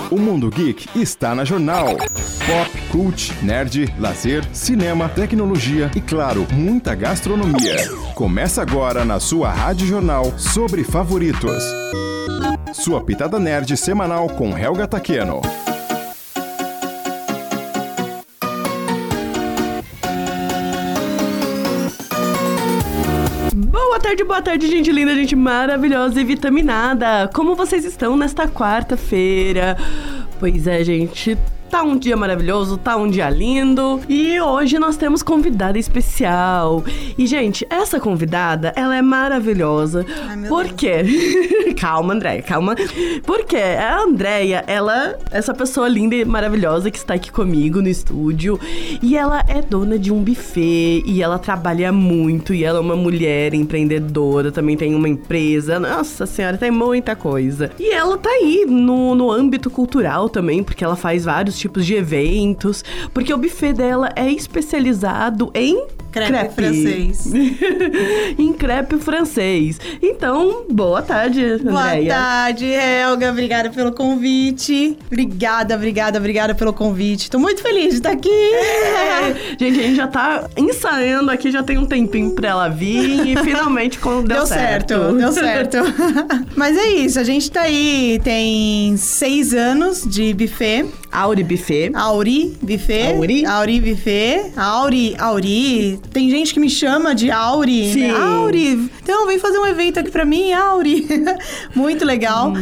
O Mundo Geek está na Jornal. Pop, cult, nerd, lazer, cinema, tecnologia e, claro, muita gastronomia. Começa agora na sua Rádio Jornal sobre favoritos. Sua pitada nerd semanal com Helga Takeno. Boa tarde, gente linda, gente maravilhosa e vitaminada. Como vocês estão nesta quarta-feira? Pois é, gente, tá um dia maravilhoso, tá um dia lindo. E hoje nós temos convidada especial. E, gente, essa convidada, ela é maravilhosa. Ai, meu Por Deus. quê? Calma, Andréia, calma. Porque a Andréia, essa pessoa linda e maravilhosa que está aqui comigo no estúdio. E ela é dona de um buffet. E ela trabalha muito. E ela é uma mulher empreendedora. Também tem uma empresa. Nossa senhora, tem muita coisa. E ela tá aí no âmbito cultural também. Porque ela faz vários tipos de eventos, porque o buffet dela é especializado em Crepe francês. em crepe francês. Então, boa tarde, Andréia. Boa tarde, Helga. Obrigada pelo convite. Obrigada pelo convite. Tô muito feliz de estar aqui. Gente, a gente já tá ensaiando aqui, já tem um tempinho pra ela vir e finalmente deu certo. Deu certo. Mas é isso, a gente tá aí, tem 6 anos de buffet. Auri Buffet. Auri Buffet. Auri? Auri Buffet. Auri. Tem gente que me chama de Auri. Sim. Né? Auri. Então, vem fazer um evento aqui pra mim, Auri. Muito legal.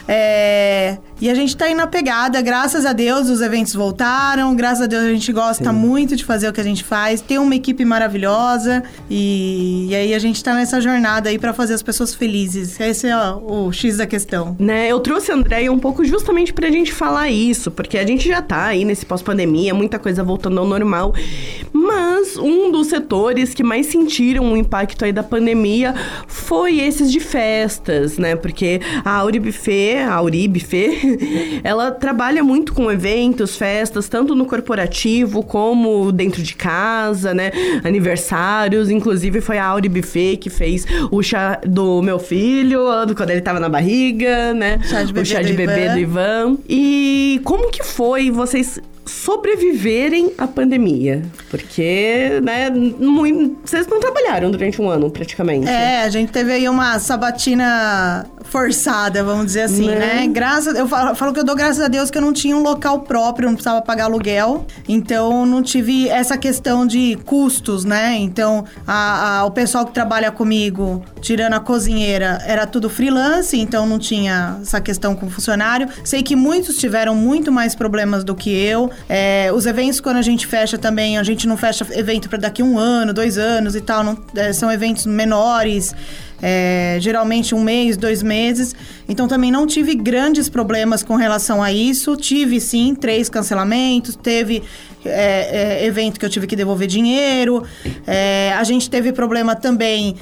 E a gente tá aí na pegada, graças a Deus os eventos voltaram, graças a Deus a gente gosta muito de fazer o que a gente faz, tem uma equipe maravilhosa e aí a gente tá nessa jornada aí pra fazer as pessoas felizes. Esse é o X da questão. Né, eu trouxe a Andréia um pouco justamente pra gente falar isso, porque a gente já tá aí nesse pós-pandemia, muita coisa voltando ao normal, mas um dos setores que mais sentiram o impacto aí da pandemia foi esses de festas, né, porque a Auri Buffet, ela trabalha muito com eventos, festas, tanto no corporativo como dentro de casa, né, aniversários, inclusive foi a Auri Buffet que fez o chá do meu filho, quando ele tava na barriga, né, o chá de bebê do Ivan. E como que foi vocês sobreviverem à pandemia? Porque, né, vocês não trabalharam durante um ano, praticamente. A gente teve aí uma sabatina forçada, vamos dizer assim, né? Eu falo que eu dou graças a Deus que eu não tinha um local próprio, não precisava pagar aluguel, então não tive essa questão de custos, né? Então, o pessoal que trabalha comigo, tirando a cozinheira, era tudo freelance, então não tinha essa questão com funcionário. Sei que muitos tiveram muito mais problemas do que eu. Os eventos, quando a gente fecha também, a gente não fecha evento para daqui 1 ano, 2 anos e tal, são eventos menores, geralmente 1 mês, 2 meses, então também não tive grandes problemas com relação a isso. Tive sim 3 cancelamentos, teve evento que eu tive que devolver dinheiro, a gente teve problema também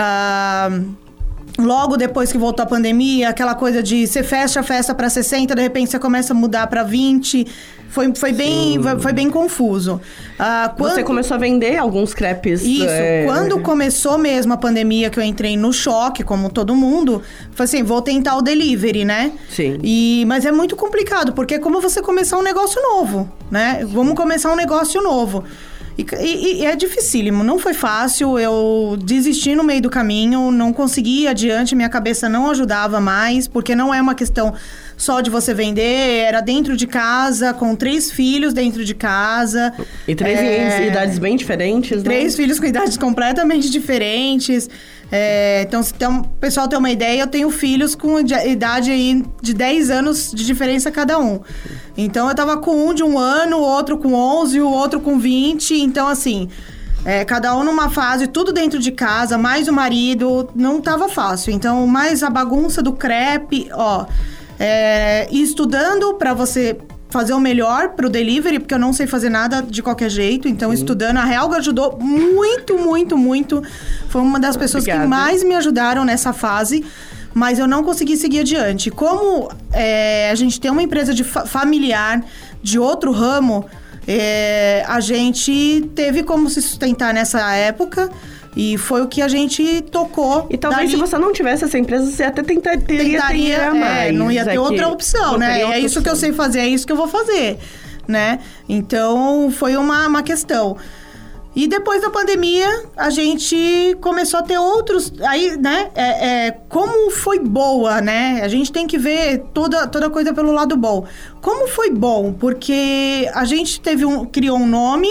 logo depois que voltou a pandemia, aquela coisa de você fecha a festa para 60, de repente você começa a mudar para 20. Foi bem confuso. Você começou a vender alguns crepes? Isso. Quando começou mesmo a pandemia, que eu entrei no choque, como todo mundo, falei assim, vou tentar o delivery, né? Sim. Mas é muito complicado, porque é como você começar um negócio novo, né? Vamos começar um negócio novo. E é dificílimo, não foi fácil, eu desisti no meio do caminho, não consegui ir adiante, minha cabeça não ajudava mais, porque não é uma questão só de você vender, era dentro de casa, com 3 filhos dentro de casa. E 3 idades bem diferentes, né? 3 filhos com idades completamente diferentes. Então, se o pessoal tem uma ideia, eu tenho filhos com idade aí de 10 anos de diferença cada um. Então, eu tava com um de 1 ano, o outro com 11, o outro com 20. Então, assim, cada um numa fase, tudo dentro de casa, mais o marido, não tava fácil. Então, mais a bagunça do crepe, e estudando pra você fazer o melhor pro delivery, porque eu não sei fazer nada de qualquer jeito. Então, estudando, a Helga ajudou muito, muito, muito. Foi uma das pessoas que mais me ajudaram nessa fase. Mas eu não consegui seguir adiante. Como a gente tem uma empresa familiar de outro ramo, a gente teve como se sustentar nessa época. E foi o que a gente tocou. E talvez se você não tivesse essa empresa, você até tentaria mais. Não ia ter outra opção, né? É isso que eu sei fazer, é isso que eu vou fazer, né? Então, foi uma questão. E depois da pandemia, a gente começou a ter outros... Aí, né? Como foi boa, né? A gente tem que ver toda coisa pelo lado bom. Como foi bom? Porque a gente criou um nome...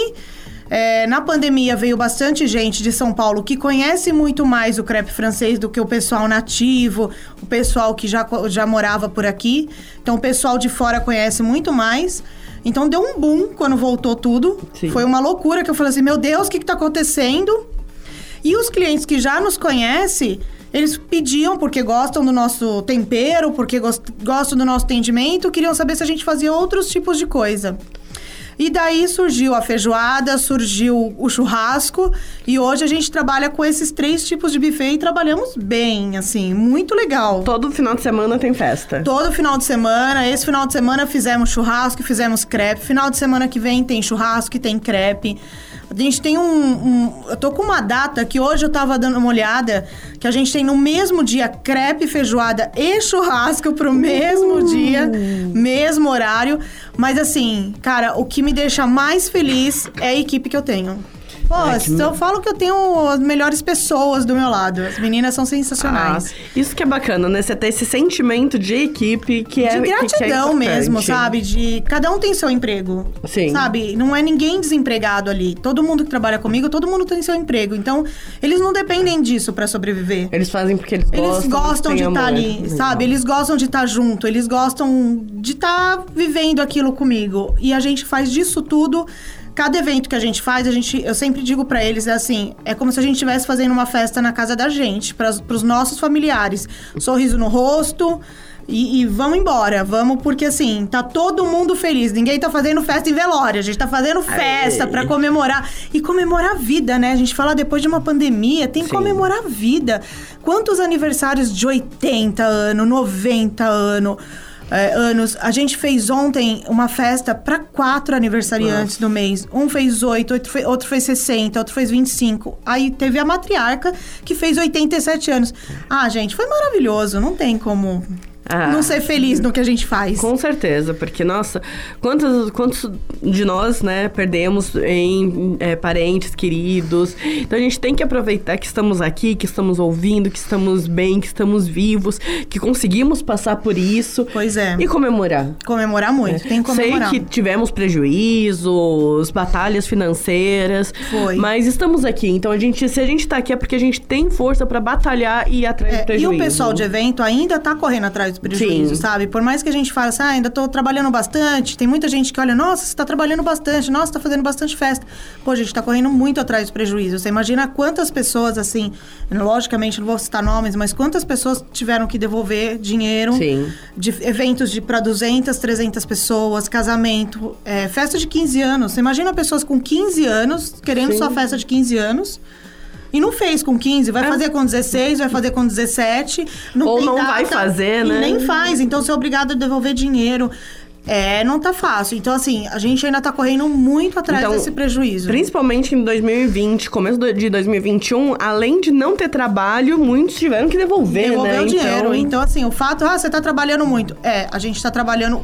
na pandemia veio bastante gente de São Paulo que conhece muito mais o crepe francês do que o pessoal nativo, o pessoal que já morava por aqui. Então, o pessoal de fora conhece muito mais. Então, deu um boom quando voltou tudo. Sim. Foi uma loucura que eu falei assim, meu Deus, o que tá acontecendo? E os clientes que já nos conhecem, eles pediam, porque gostam do nosso tempero, porque gostam do nosso atendimento, queriam saber se a gente fazia outros tipos de coisa. E daí surgiu a feijoada, surgiu o churrasco. E hoje a gente trabalha com esses 3 tipos de buffet e trabalhamos bem, assim, muito legal. Todo final de semana tem festa? Todo final de semana. Esse final de semana fizemos churrasco, fizemos crepe. Final de semana que vem tem churrasco e tem crepe. A gente tem eu tô com uma data que hoje eu tava dando uma olhada, que a gente tem no mesmo dia crepe, feijoada e churrasco pro mesmo dia, mesmo horário. Mas assim, cara, o que me deixa mais feliz é a equipe que eu tenho. Eu falo que eu tenho as melhores pessoas do meu lado. As meninas são sensacionais. Isso que é bacana, né? Você ter esse sentimento de equipe que é... De gratidão mesmo, sabe? Cada um tem seu emprego. Sim. Sabe? Não é ninguém desempregado ali. Todo mundo que trabalha comigo, todo mundo tem seu emprego. Então, eles não dependem disso pra sobreviver. Eles fazem porque eles gostam. Eles gostam de estar ali, sabe? Eles gostam de estar junto. Eles gostam de estar vivendo aquilo comigo. E a gente faz disso tudo... Cada evento que a gente faz, eu sempre digo pra eles, é como se a gente estivesse fazendo uma festa na casa da gente, pros nossos familiares. Sorriso no rosto e vamos embora. Vamos porque, assim, tá todo mundo feliz. Ninguém tá fazendo festa em velório. A gente tá fazendo festa pra comemorar. E comemorar a vida, né? A gente fala depois de uma pandemia, tem que comemorar a vida. Quantos aniversários de 80 anos, 90 anos... anos. A gente fez ontem uma festa para 4 aniversariantes do mês. Um fez 8, outro fez 60, outro fez 25. Aí teve a matriarca que fez 87 anos. Gente, foi maravilhoso. Não tem como... não ser feliz no que a gente faz. Com certeza, porque, nossa, quantos de nós, né, perdemos em parentes queridos. Então, a gente tem que aproveitar que estamos aqui, que estamos ouvindo, que estamos bem, que estamos vivos, que conseguimos passar por isso. Pois é. E comemorar. Comemorar muito, tem que comemorar. Sei que tivemos prejuízos, batalhas financeiras. Foi. Mas estamos aqui, então se a gente tá aqui é porque a gente tem força pra batalhar e ir atrás do prejuízo. E o pessoal de evento ainda tá correndo atrás do prejuízo, sabe? Por mais que a gente fale assim, ainda tô trabalhando bastante, tem muita gente que olha, nossa, você tá trabalhando bastante, nossa, tá fazendo bastante festa. Pô, a gente tá correndo muito atrás do prejuízo. Você imagina quantas pessoas, assim, logicamente não vou citar nomes, mas quantas pessoas tiveram que devolver dinheiro de eventos para 200, 300 pessoas, casamento, festa de 15 anos. Você imagina pessoas com 15 anos, querendo sua festa de 15 anos, e não fez com 15, vai fazer com 16, vai fazer com 17. Ou não vai fazer, né? E nem faz, então você é obrigado a devolver dinheiro. Não tá fácil. Então, assim, a gente ainda tá correndo muito atrás desse prejuízo. Principalmente em 2020, começo de 2021, além de não ter trabalho, muitos tiveram que devolver, né? O dinheiro. Então, assim, o fato, você tá trabalhando muito. A gente tá trabalhando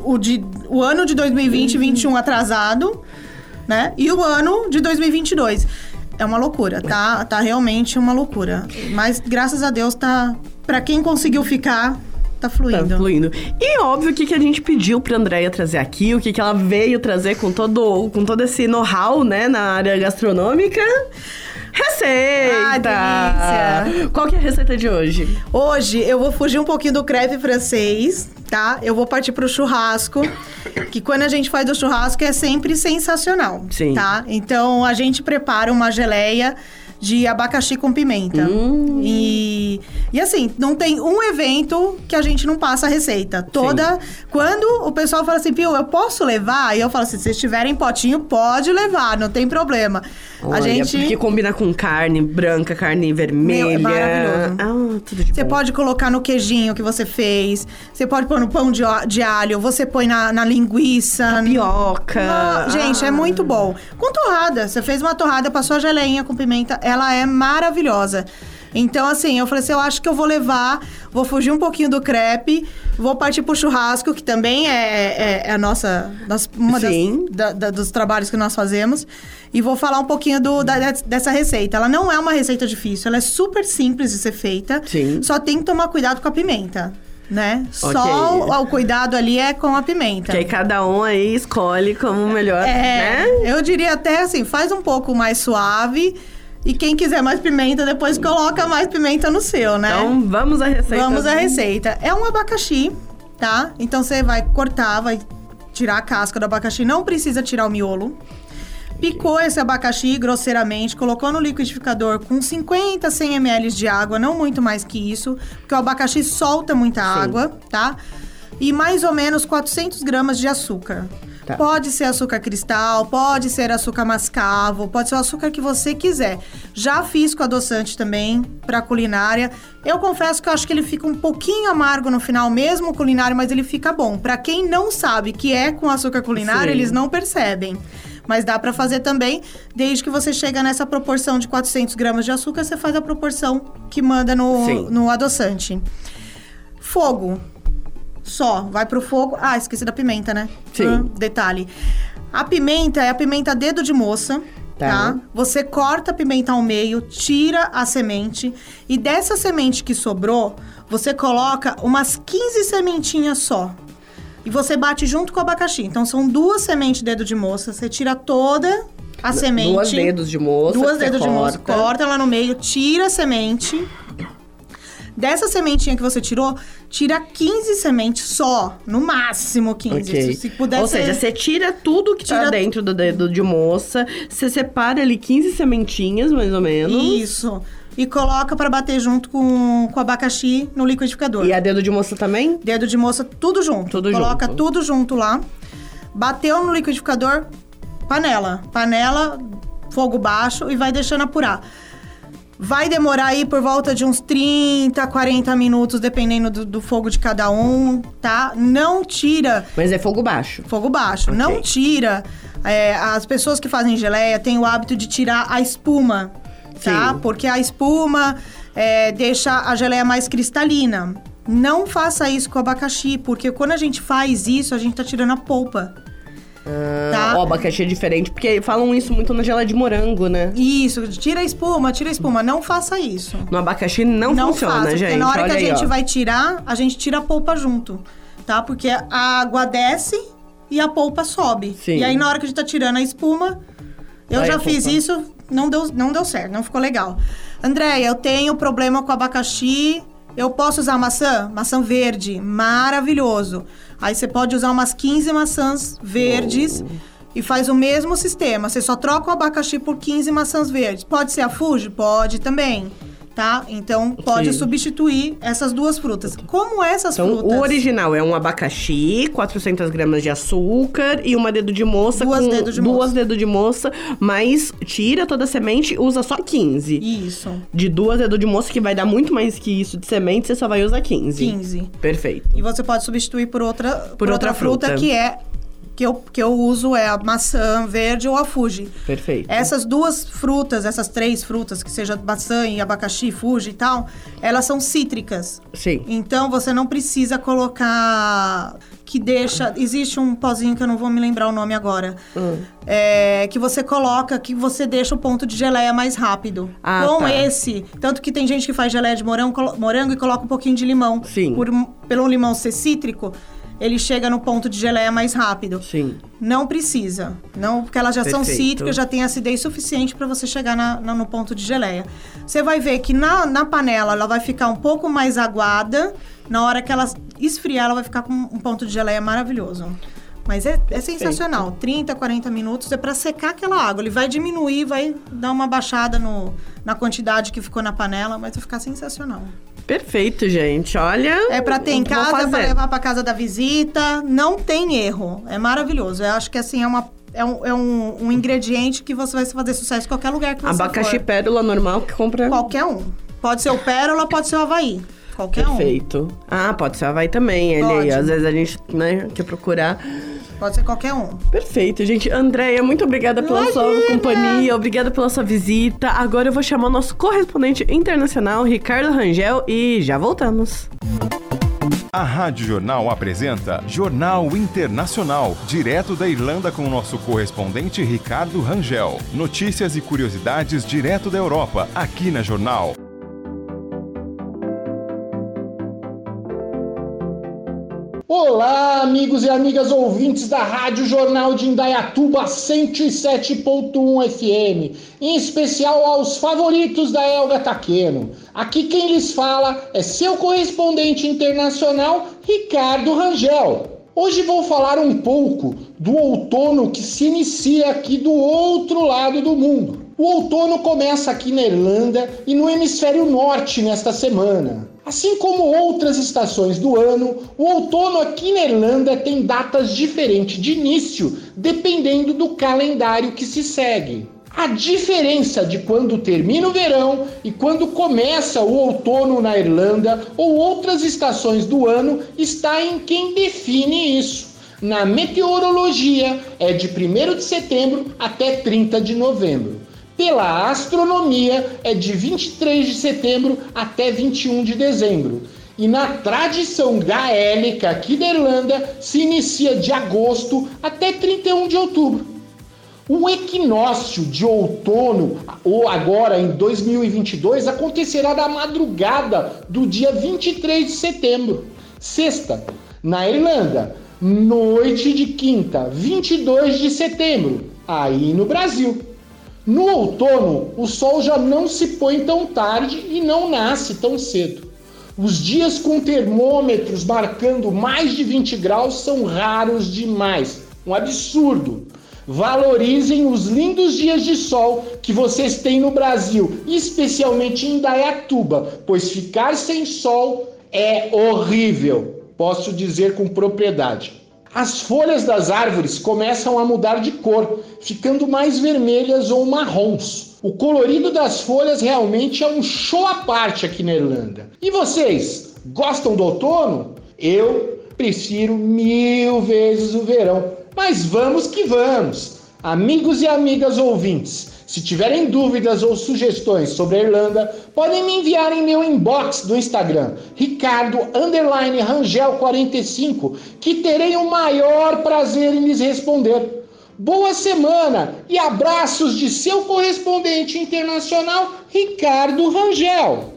o ano de 2020 e 2021 atrasado, né? E o ano de 2022. É uma loucura, tá realmente uma loucura. Mas, graças a Deus, pra quem conseguiu ficar, tá fluindo. Tá fluindo. E óbvio, o que a gente pediu pra Andréia trazer aqui, o que ela veio trazer com todo esse know-how, né, na área gastronômica. Receita! Delícia! Qual que é a receita de hoje? Hoje, eu vou fugir um pouquinho do crepe francês, tá? Eu vou partir pro churrasco, que quando a gente faz o churrasco é sempre sensacional, tá? Então, a gente prepara uma geleia de abacaxi com pimenta. E assim, não tem um evento que a gente não passa a receita. Quando o pessoal fala assim, Pio, eu posso levar? E eu falo assim, se vocês tiverem potinho, pode levar, não tem problema. Olha, porque combina com carne branca, carne vermelha. É maravilhoso. Tudo de bom. Você pode colocar no queijinho que você fez. Você pode pôr no pão de alho. Você põe na linguiça. Tapioca. Gente, é muito bom. Com torrada. Você fez uma torrada, passou a geleinha com pimenta. ela é maravilhosa. Então, assim, eu falei assim, eu acho que eu vou vou fugir um pouquinho do crepe, vou partir pro churrasco, que também é a dos trabalhos que nós fazemos, e vou falar um pouquinho dessa receita. Ela não é uma receita difícil, ela é super simples de ser feita, só tem que tomar cuidado com a pimenta. Né? Okay. Só o cuidado ali é com a pimenta. Que aí cada um aí escolhe como melhor, né? Eu diria até assim, faz um pouco mais suave. E quem quiser mais pimenta, depois coloca mais pimenta no seu, né? Então, vamos à receita. Vamos à receita. É um abacaxi, tá? Então, você vai cortar, vai tirar a casca do abacaxi. Não precisa tirar o miolo. Picou esse abacaxi grosseiramente, colocou no liquidificador com 50, 100 ml de água, não muito mais que isso, porque o abacaxi solta muita água, tá? E mais ou menos 400 gramas de açúcar. Tá. Pode ser açúcar cristal, pode ser açúcar mascavo, pode ser o açúcar que você quiser. Já fiz com adoçante também, pra culinária. Eu confesso que eu acho que ele fica um pouquinho amargo no final, mesmo culinário, mas ele fica bom. Pra quem não sabe que é com açúcar culinário, eles não percebem. Mas dá pra fazer também, desde que você chega nessa proporção de 400 gramas de açúcar, você faz a proporção que manda no adoçante. Fogo. Só, vai pro fogo. Ah, esqueci da pimenta, né? Sim. Detalhe. A pimenta é a pimenta dedo de moça, tá? Você corta a pimenta ao meio, tira a semente. E dessa semente que sobrou, você coloca umas 15 sementinhas só. E você bate junto com o abacaxi. Então, são 2 sementes dedo de moça. Você tira toda a semente. 2 dedos de moça. 2 dedos de moça. Corta ela no meio, tira a semente. Dessa sementinha que você tirou, tira 15 sementes só. No máximo 15. Okay. Se puder Ou seja, você tira tudo que tá dentro do dedo de moça. Você separa ali 15 sementinhas, mais ou menos. Isso. E coloca pra bater junto com o abacaxi no liquidificador. E a dedo de moça também? Dedo de moça, tudo junto. Coloca tudo junto lá. Bateu no liquidificador, panela. Panela, fogo baixo e vai deixando apurar. Vai demorar aí por volta de uns 30, 40 minutos, dependendo do fogo de cada um, tá? Não tira... Mas é fogo baixo. Fogo baixo. Okay. Não tira... as pessoas que fazem geleia têm o hábito de tirar a espuma, tá? Sim. Porque a espuma deixa a geleia mais cristalina. Não faça isso com o abacaxi, porque quando a gente faz isso, a gente tá tirando a polpa. Tá? O abacaxi é diferente, porque falam isso muito na geleia de morango, né? Isso, tira a espuma. Não faça isso. No abacaxi não funciona, faça, gente. Porque na hora que a gente vai tirar, a gente tira a polpa junto, tá? Porque a água desce e a polpa sobe. Sim. E aí, na hora que a gente tá tirando a espuma, eu já fiz isso, não deu certo, não ficou legal. Andréia, eu tenho problema com abacaxi, eu posso usar maçã? Maçã verde, maravilhoso. Aí você pode usar umas 15 maçãs verdes e faz o mesmo sistema. Você só troca o abacaxi por 15 maçãs verdes. Pode ser a Fuji? Pode também, tá? Então, pode substituir essas 2 frutas. Como essas frutas? O original é um abacaxi, 400 gramas de açúcar e uma dedo de moça 2 dedos de moça. Mas tira toda a semente e usa só 15. Isso. De 2 dedos de moça, que vai dar muito mais que isso de semente, você só vai usar 15. 15. Perfeito. E você pode substituir por outra fruta que eu uso é a maçã verde ou a Fuji. Perfeito. Essas 2 frutas, essas 3 frutas, que seja maçã e abacaxi, Fuji e tal, elas são cítricas. Sim. Então, você não precisa colocar... Existe um pozinho que eu não vou me lembrar o nome agora. Que você coloca, que você deixa o ponto de geleia mais rápido. Esse. Tanto que tem gente que faz geleia de morango e coloca um pouquinho de limão. Sim. Pelo limão ser cítrico, ele chega no ponto de geleia mais rápido. Sim. Não precisa. Não, porque elas já são cítricas, já tem acidez suficiente para você chegar no ponto de geleia. Você vai ver que na panela ela vai ficar um pouco mais aguada. Na hora que ela esfriar, ela vai ficar com um ponto de geleia maravilhoso. Mas é sensacional. 30, 40 minutos é para secar aquela água. Ele vai diminuir, vai dar uma baixada na quantidade que ficou na panela, mas vai ficar sensacional. Perfeito, gente. Olha... É pra ter em casa, pra levar pra casa da visita. Não tem erro. É maravilhoso. Eu acho que, assim, é um ingrediente que você vai fazer sucesso em qualquer lugar que você abacaxi for. Pérola normal que compra... Qualquer um. Pode ser o pérola, pode ser o Havaí. Qualquer Perfeito. Pode ser o Havaí também. Ele, às vezes a gente, quer procurar... Pode ser qualquer um. Perfeito, gente. Andréia, muito obrigada pela sua companhia, obrigada pela sua visita. Agora eu vou chamar o nosso correspondente internacional, Ricardo Rangel, e já voltamos. A Rádio Jornal apresenta Jornal Internacional, direto da Irlanda com o nosso correspondente Ricardo Rangel. Notícias e curiosidades direto da Europa, aqui na Jornal. Olá, amigos e amigas ouvintes da Rádio Jornal de Indaiatuba 107.1 FM, em especial aos favoritos da Elga Taqueno. Aqui quem lhes fala é seu correspondente internacional, Ricardo Rangel. Hoje vou falar um pouco do outono que se inicia aqui do outro lado do mundo. O outono começa aqui na Irlanda e no hemisfério norte nesta semana. Assim como outras estações do ano, o outono aqui na Irlanda tem datas diferentes de início, dependendo do calendário que se segue. A diferença de quando termina o verão e quando começa o outono na Irlanda ou outras estações do ano está em quem define isso. Na meteorologia, é de 1º de setembro até 30 de novembro. Pela astronomia, é de 23 de setembro até 21 de dezembro. E na tradição gaélica aqui da Irlanda, se inicia de agosto até 31 de outubro. O equinócio de outono, ou agora em 2022, acontecerá na madrugada do dia 23 de setembro, sexta. Na Irlanda, noite de quinta, 22 de setembro, aí no Brasil. No outono, o sol já não se põe tão tarde e não nasce tão cedo. Os dias com termômetros marcando mais de 20 graus são raros demais. Um absurdo. Valorizem os lindos dias de sol que vocês têm no Brasil, especialmente em Indaiatuba, pois ficar sem sol é horrível. Posso dizer com propriedade. As folhas das árvores começam a mudar de cor, ficando mais vermelhas ou marrons. O colorido das folhas realmente é um show à parte aqui na Irlanda. E vocês, gostam do outono? Eu prefiro 1000 vezes o verão. Mas vamos que vamos! Amigos e amigas ouvintes, se tiverem dúvidas ou sugestões sobre a Irlanda, podem me enviar em meu inbox do Instagram, Ricardo_Rangel45, que terei o maior prazer em lhes responder. Boa semana e abraços de seu correspondente internacional, Ricardo Rangel.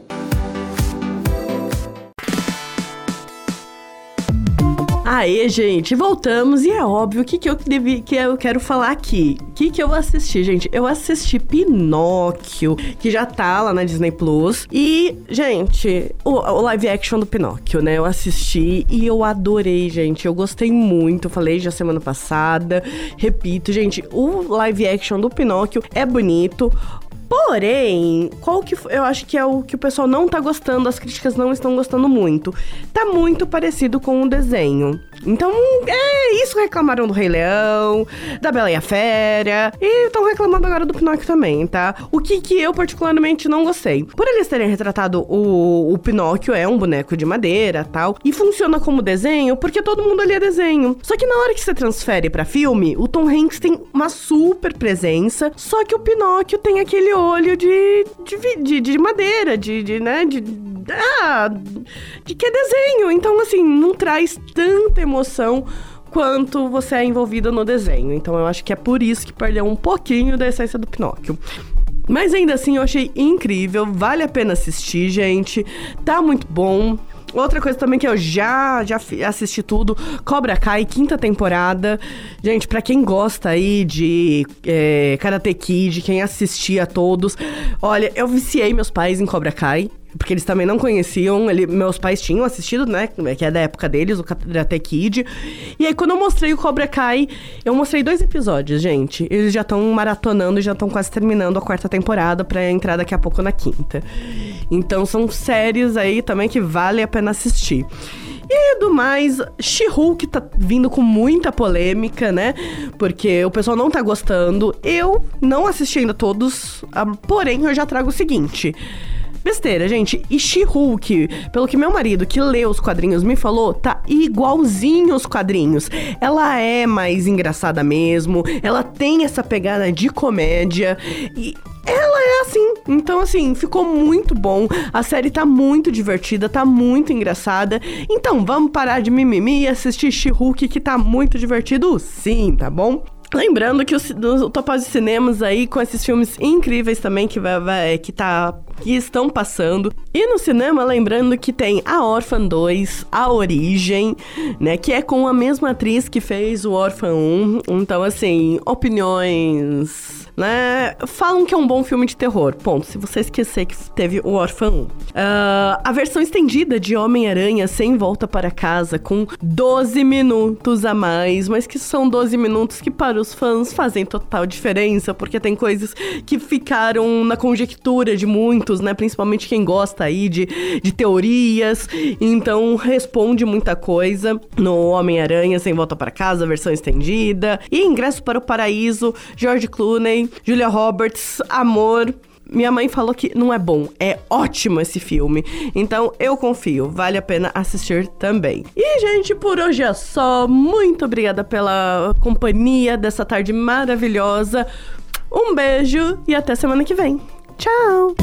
Aê, gente, voltamos e é óbvio o que eu quero falar aqui. O que eu assisti, gente? Eu assisti Pinóquio, que já tá lá na Disney Plus. E, gente, o live action do Pinóquio, né? Eu assisti e eu adorei, gente. Eu gostei muito, falei já semana passada. Repito, gente, o live action do Pinóquio é bonito. Porém, eu acho que é o que o pessoal não tá gostando, as críticas não estão gostando muito. Tá muito parecido com o desenho. Então, isso reclamaram do Rei Leão, da Bela e a Fera, e estão reclamando agora do Pinóquio também, tá? O que eu particularmente não gostei. Por eles terem retratado o Pinóquio, é um boneco de madeira, tal, e funciona como desenho, porque todo mundo ali é desenho. Só que na hora que você transfere pra filme, o Tom Hanks tem uma super presença, só que o Pinóquio tem aquele olho de madeira, de que é desenho. Então, assim, não traz tanta emoção quanto você é envolvido no desenho. Então, eu acho que é por isso que perdeu um pouquinho da essência do Pinóquio. Mas ainda assim, eu achei incrível, vale a pena assistir, gente. Tá muito bom. Outra coisa também que eu já assisti tudo, Cobra Kai, 5ª temporada. Gente, pra quem gosta aí de Karate Kid, quem assistia a todos, olha, eu viciei meus pais em Cobra Kai. Porque eles também não conheciam, meus pais tinham assistido, né, que é da época deles, o Karate Kid. E aí, quando eu mostrei o Cobra Kai, eu mostrei 2 episódios, gente. Eles já estão maratonando e já estão quase terminando a 4ª temporada pra entrar daqui a pouco na 5ª. Então, são séries aí também que vale a pena assistir. E do mais, She-Hulk tá vindo com muita polêmica, né? Porque o pessoal não tá gostando. Eu não assisti ainda todos, porém, eu já trago o seguinte... Besteira, gente. E She-Hulk, pelo que meu marido, que lê os quadrinhos, me falou, tá igualzinho os quadrinhos. Ela é mais engraçada mesmo, ela tem essa pegada de comédia e ela é assim. Então, assim, ficou muito bom. A série tá muito divertida, tá muito engraçada. Então, vamos parar de mimimi e assistir She-Hulk, que tá muito divertido sim, tá bom? Lembrando que o Topaz de Cinemas aí, com esses filmes incríveis também que estão passando. E no cinema, lembrando que tem A Órfã 2, A Origem, né? Que é com a mesma atriz que fez o Órfã 1. Então, assim, opiniões, né? Falam que é um bom filme de terror. Ponto. Se você esquecer que teve o Órfã 1. A versão estendida de Homem-Aranha Sem Volta para Casa, com 12 minutos a mais. Mas que são 12 minutos que para os fãs fazem total diferença, porque tem coisas que ficaram na conjectura de muitos, né? Principalmente quem gosta aí de teorias. Então, responde muita coisa no Homem-Aranha Sem Volta para Casa, versão estendida. E Ingresso para o Paraíso, George Clooney, Julia Roberts, amor. Minha mãe falou que não é bom, é ótimo esse filme. Então, eu confio, vale a pena assistir também. E, gente, por hoje é só. Muito obrigada pela companhia dessa tarde maravilhosa. Um beijo e até semana que vem. Tchau!